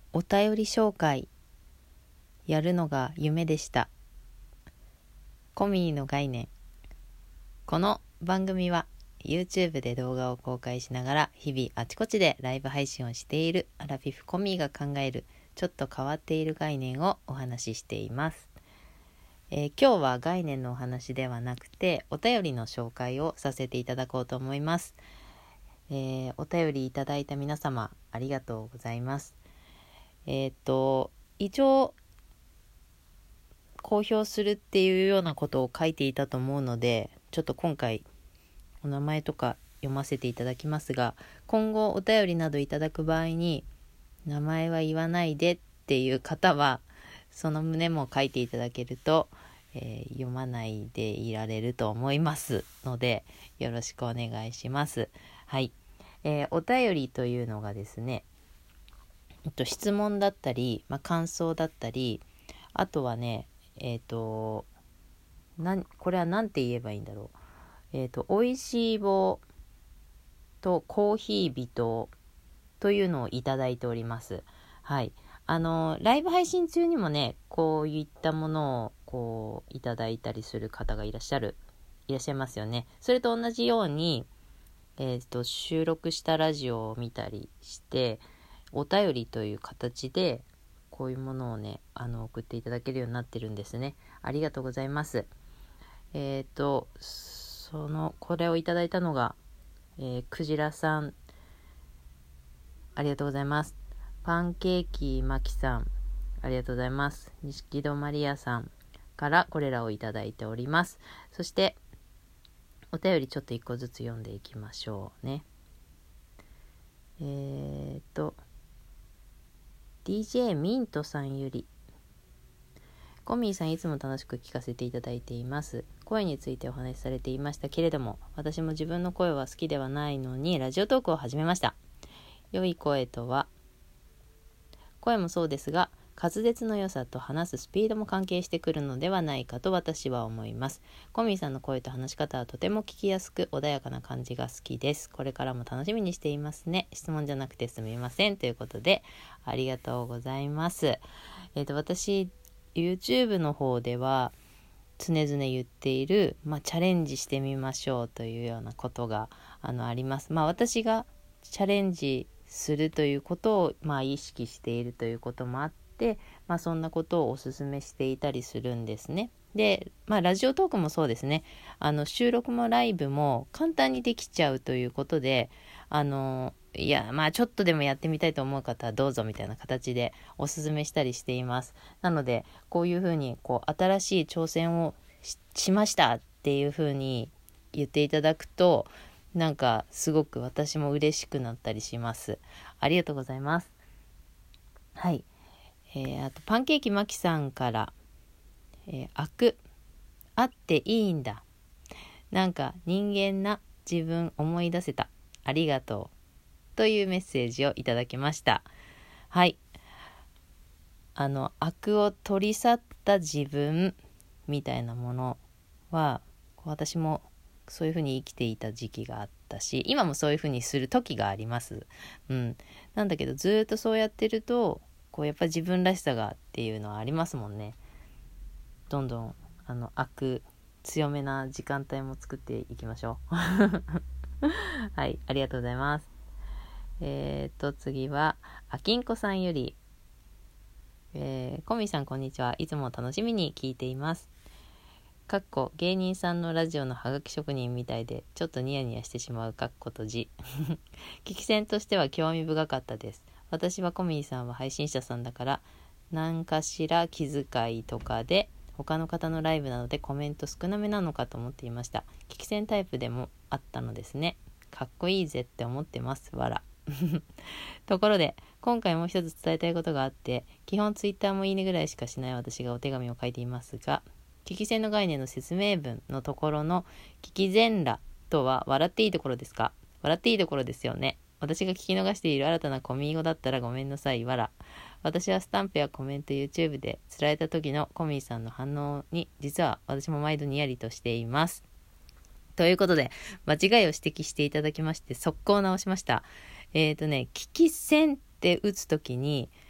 お便り紹介やるのが夢でした。コミーの概念。この番組は YouTube で動画を公開しながら日々あちこちでライブ配信をしているアラフィフコミーが考えるちょっと変わっている概念をお話ししています。今日は概念のお話ではなくてお便りの紹介をさせていただこうと思います。お便りいただいた皆様ありがとうございます。一応公表するっていうようなことを書いていたと思うので、ちょっと今回お名前とか読ませていただきますが、今後お便りなどいただく場合に名前は言わないでっていう方はその旨も書いていただけると、読まないでいられると思いますのでよろしくお願いします。はい、お便りというのがですね、質問だったり、感想だったり、あとはね、これは何て言えばいいんだろう。おいしい棒とコーヒー微糖というのをいただいております。はい。ライブ配信中にもね、こういったものをこういただいたりする方がいらっしゃいますよね。それと同じように、収録したラジオを見たりして、お便りという形でこういうものをね送っていただけるようになってるんですね。ありがとうございます。これをいただいたのが、クジラさん、ありがとうございます。パンケーキマキさん、ありがとうございます。錦戸マリアさんからこれらをいただいております。そしてお便りちょっと一個ずつ読んでいきましょうね。DJ ミントさんより、コミーさんいつも楽しく聞かせていただいています。声についてお話しされていましたけれども、私も自分の声は好きではないのにラジオトークを始めました。良い声とは、声もそうですが滑舌の良さと話すスピードも関係してくるのではないかと私は思います。コミーさんの声と話し方はとても聞きやすく穏やかな感じが好きです。これからも楽しみにしていますね。質問じゃなくてすみませんということでありがとうございます。私 YouTube の方では常々言っている、チャレンジしてみましょうというようなことがあります。私がチャレンジするということを、意識しているということもあって、そんなことをお勧めしていたりするんですね。で、ラジオトークもそうですね。収録もライブも簡単にできちゃうということで、ちょっとでもやってみたいと思う方はどうぞみたいな形でお勧めしたりしています。なので、こういうふうに新しい挑戦を しましたっていうふうに言っていただくと、なんかすごく私も嬉しくなったりします。ありがとうございます。はい。あとパンケーキマキさんから、あっていいんだ。なんか人間な自分思い出せた。ありがとう。というメッセージをいただきました。はい。悪を取り去った自分みたいなものは、私もそういうふうに生きていた時期があったし、今もそういうふうにする時があります。なんだけどずっとそうやってるとやっぱり自分らしさがっていうのはありますもんね。どんどん強めな時間帯も作っていきましょう。はい、ありがとうございます。次はあきんこさんより、コミさんこんにちは。いつも楽しみに聞いています。芸人さんのラジオのハガキ職人みたいでちょっとニヤニヤしてしまうとじ聞き戦としては興味深かったです。私はコミーさんは配信者さんだから何かしら気遣いとかで他の方のライブなのでコメント少なめなのかと思っていました。聞き戦タイプでもあったのですね。かっこいいぜって思ってます。わらところで今回もう一つ伝えたいことがあって、基本ツイッターもいいねぐらいしかしない私がお手紙を書いていますが、聞き戦の概念の説明文のところの聞き戦らとは笑っていいところですか？笑っていいところですよね。私が聞き逃している新たなコミー語だったらごめんなさい。わら。私はスタンプやコメント YouTube でつられた時のコミーさんの反応に実は私も毎度ニヤリとしています。ということで間違いを指摘していただきまして速攻直しました。聞き戦って打つ時に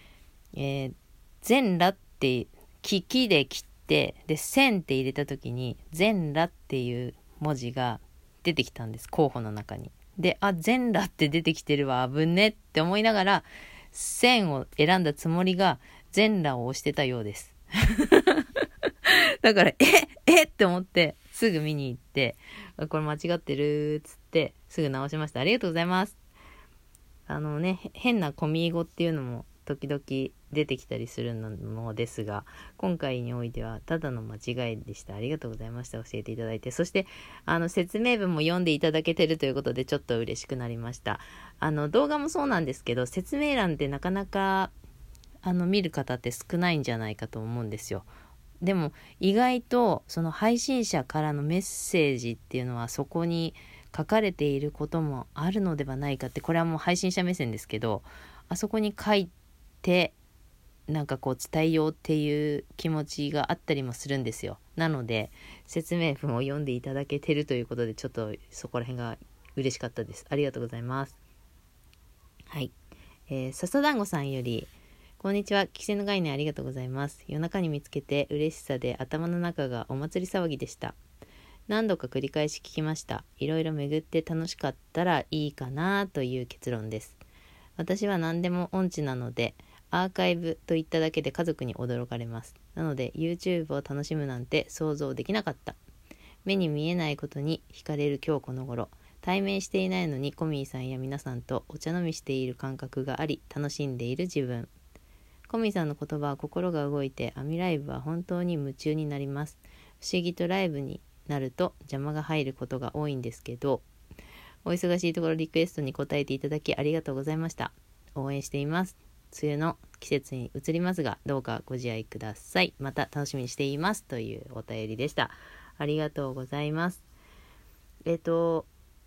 全裸って木で切ってで線って入れた時に全裸っていう文字が出てきたんです、候補の中に。で、全裸って出てきてるわ、危ねって思いながら線を選んだつもりが全裸を押してたようですだからって思ってすぐ見に行って、これ間違ってるっつってすぐ直しました。ありがとうございます。変な込み語っていうのも時々出てきたりするのですが、今回においてはただの間違いでした。ありがとうございました。教えていただいて、そして説明文も読んでいただけてるということでちょっと嬉しくなりました。動画もそうなんですけど、説明欄ってなかなか見る方って少ないんじゃないかと思うんですよ。でも意外とその配信者からのメッセージっていうのはそこに書かれていることもあるのではないかって、これはもう配信者目線ですけど、あそこに書いてなんかこう伝えようっていう気持ちがあったりもするんですよ。なので説明文を読んでいただけてるということで、ちょっとそこら辺が嬉しかったです。ありがとうございます。はい、笹団子さんより、こんにちは。規制の概念ありがとうございます。夜中に見つけて嬉しさで頭の中がお祭り騒ぎでした。何度か繰り返し聞きました。いろいろ巡って楽しかったらいいかなという結論です。私は何でも音痴なので、アーカイブと言っただけで家族に驚かれます。なので YouTube を楽しむなんて想像できなかった。目に見えないことに惹かれる今日この頃、対面していないのにコミーさんや皆さんとお茶飲みしている感覚があり、楽しんでいる自分。コミさんの言葉は心が動いて、アミライブは本当に夢中になります。不思議とライブになると邪魔が入ることが多いんですけど、お忙しいところリクエストに答えていただきありがとうございました。応援しています。梅雨の季節に移りますが、どうかご自愛ください。また楽しみにしていますというお便りでした。ありがとうございます。危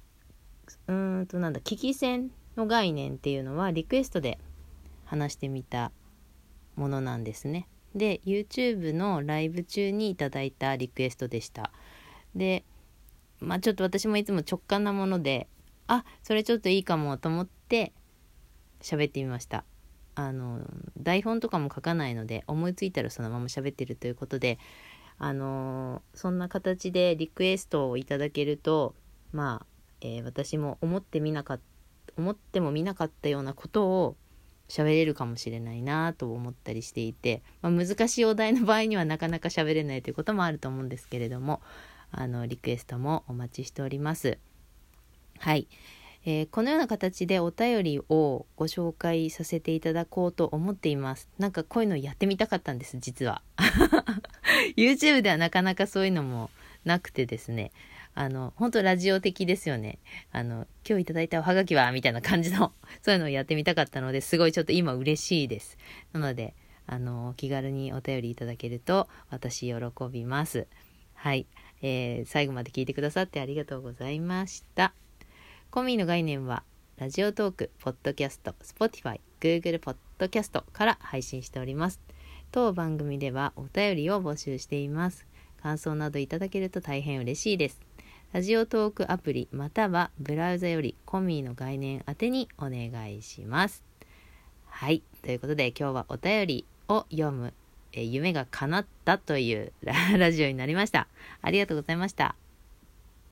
機戦の概念っていうのはリクエストで話してみたものなんですね。で YouTube のライブ中にいただいたリクエストでした。でちょっと私もいつも直感なもので、それちょっといいかもと思って喋ってみました。台本とかも書かないので、思いついたらそのまま喋ってるということで、そんな形でリクエストをいただけると、私も思っても見なかったようなことを喋れるかもしれないなと思ったりしていて、難しいお題の場合にはなかなか喋れないということもあると思うんですけれども、リクエストもお待ちしております。はい、このような形でお便りをご紹介させていただこうと思っています。なんかこういうのやってみたかったんです、実はYouTube ではなかなかそういうのもなくてですね、本当ラジオ的ですよね。今日いただいたおはがきはみたいな感じのそういうのをやってみたかったので、すごいちょっと今嬉しいです。なのでお気軽にお便りいただけると私喜びます。はい、最後まで聞いてくださってありがとうございました。コミーの概念はラジオトーク、ポッドキャスト、Spotify、Google ポッドキャストから配信しております。当番組ではお便りを募集しています。感想などいただけると大変嬉しいです。ラジオトークアプリまたはブラウザよりコミーの概念宛てにお願いします。はい、ということで今日はお便りを読む、夢が叶ったというラジオになりました。ありがとうございました。